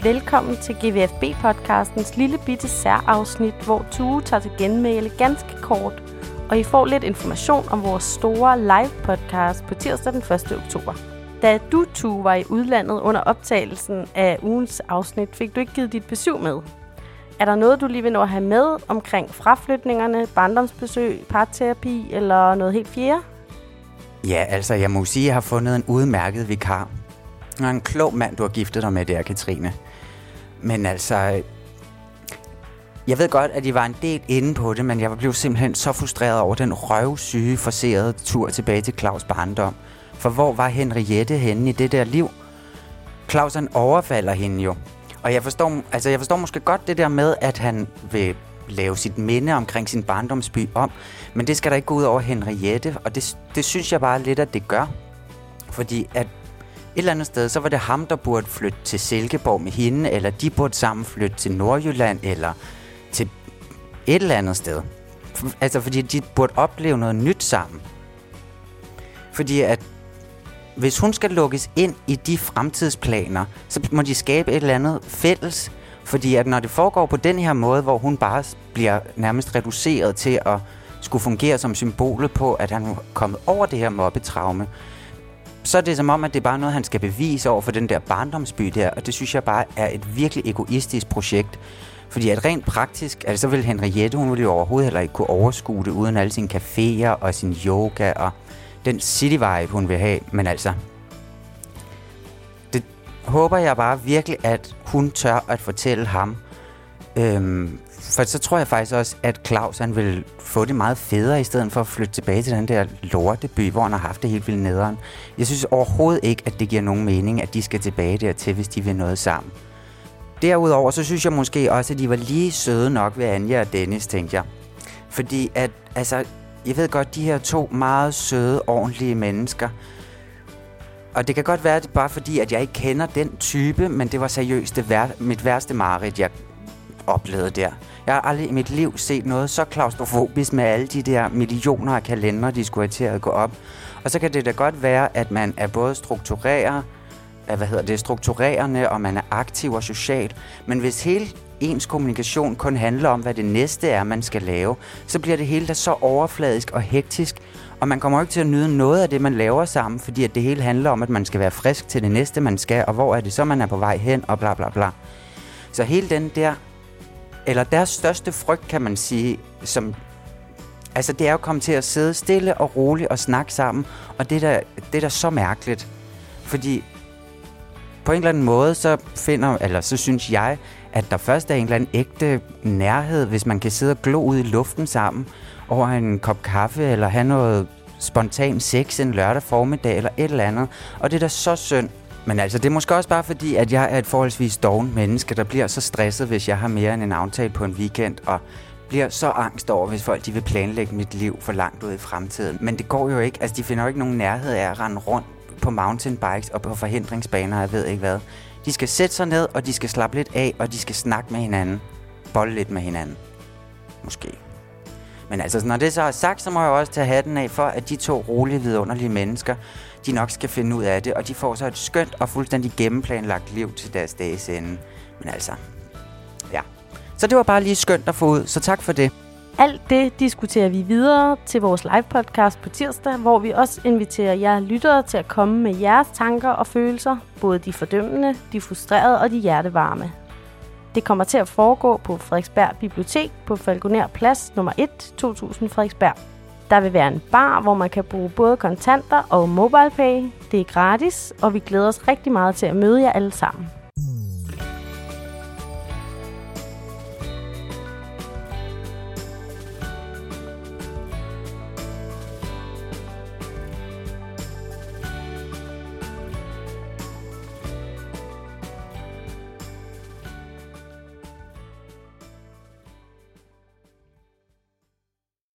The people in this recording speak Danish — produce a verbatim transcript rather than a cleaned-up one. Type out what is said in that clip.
Velkommen til G V F B-podcastens lille bitte særafsnit, hvor Tue tager til genmæle ganske kort, og I får lidt information om vores store live-podcast på tirsdag den første oktober. Da du, Tue, var i udlandet under optagelsen af ugens afsnit, fik du ikke givet dit besøg med. Er der noget, du lige vil nå at have med omkring fraflytningerne, barndomsbesøg, parterapi eller noget helt fjerde? Ja, altså jeg må sige, at jeg har fundet en udmærket vikar. Og en klog mand, du har giftet dig med der, Katrine. Men altså, jeg ved godt, at I var en del inde på det, men jeg blev simpelthen så frustreret over den røvsyge, forcerede tur tilbage til Claus' barndom. For hvor var Henriette henne i det der liv? Claus, han overfalder hende jo. Og jeg forstår, altså jeg forstår måske godt det der med, at han vil lave sit minde omkring sin barndomsby om, men det skal der ikke gå ud over Henriette, og det, det synes jeg bare lidt, at det gør. Fordi at et eller andet sted, så var det ham, der burde flytte til Silkeborg med hende, eller de burde sammen flytte til Nordjylland, eller til et eller andet sted. Altså fordi de burde opleve noget nyt sammen. Fordi at hvis hun skal lukkes ind i de fremtidsplaner, så må de skabe et eller andet fælles. Fordi at når det foregår på den her måde, hvor hun bare bliver nærmest reduceret til at skulle fungere som symbolet på, at han er kommet over det her mobbetraume, så er det som om, at det er bare noget, han skal bevise over for den der barndomsby der. Og det synes jeg bare er et virkelig egoistisk projekt. Fordi at rent praktisk, altså så vil Henriette, hun ville jo overhovedet heller ikke kunne overskue det uden alle sine caféer og sin yoga og den city vibe, hun vil have. Men altså, det håber jeg bare virkelig, at hun tør at fortælle ham. Øhm, for så tror jeg faktisk også, at Claus han vil få det meget federe, i stedet for at flytte tilbage til den der lorteby, hvor han har haft det helt vildt nederen. Jeg synes overhovedet ikke, at det giver nogen mening, at de skal tilbage dertil, hvis de vil noget sammen. Derudover, så synes jeg måske også, at de var lige søde nok ved Anja og Dennis, tænkte jeg. Fordi at, altså, jeg ved godt, de her to meget søde, ordentlige mennesker. Og det kan godt være, at det bare fordi, at jeg ikke kender den type, men det var seriøst det vær- mit værste mareridt, jeg oplevede der. Jeg har aldrig i mit liv set noget så klaustrofobisk med alle de der millioner af kalendere, de skulle have til at gå op. Og så kan det da godt være, at man er både struktureret, hvad hedder det, strukturerende, og man er aktiv og social. Men hvis hele ens kommunikation kun handler om, hvad det næste er, man skal lave, så bliver det hele da så overfladisk og hektisk, og man kommer jo ikke til at nyde noget af det, man laver sammen, fordi at det hele handler om, at man skal være frisk til det næste, man skal, og hvor er det så, man er på vej hen, og bla bla bla. Så hele den der, eller deres største frygt, kan man sige, som, altså det er jo at komme til at sidde stille og roligt og snakke sammen, og det er da, det er da så mærkeligt, fordi på en eller anden måde, så finder, eller så synes jeg, at der først er en eller anden ægte nærhed, hvis man kan sidde og glo ud i luften sammen over en kop kaffe, eller have noget spontan sex en lørdag formiddag, eller et eller andet. Og det er da så synd. Men altså, det er måske også bare fordi, at jeg er et forholdsvis doven menneske, der bliver så stresset, hvis jeg har mere end en aftale på en weekend, og bliver så angst over, hvis folk de vil planlægge mit liv for langt ud i fremtiden. Men det går jo ikke. Altså, de finder jo ikke nogen nærhed af at rende rundt på mountainbikes og på forhindringsbaner, jeg ved ikke hvad. De skal sætte sig ned, og de skal slappe lidt af, og de skal snakke med hinanden. Bolle lidt med hinanden. Måske. Men altså, når det så er sagt, så må jeg også tage hatten af for, at de to rolige, vidunderlige mennesker, de nok skal finde ud af det, og de får så et skønt og fuldstændig gennemplanlagt liv til deres dages ende. Men altså, ja. Så det var bare lige skønt at få ud, så tak for det. Alt det diskuterer vi videre til vores live-podcast på tirsdag, hvor vi også inviterer jer lyttere til at komme med jeres tanker og følelser, både de fordømmende, de frustrerede og de hjertevarme. Det kommer til at foregå på Frederiksberg Bibliotek på Falconer Plads nummer et, to tusind Frederiksberg. Der vil være en bar, hvor man kan bruge både kontanter og MobilePay. Det er gratis, og vi glæder os rigtig meget til at møde jer alle sammen.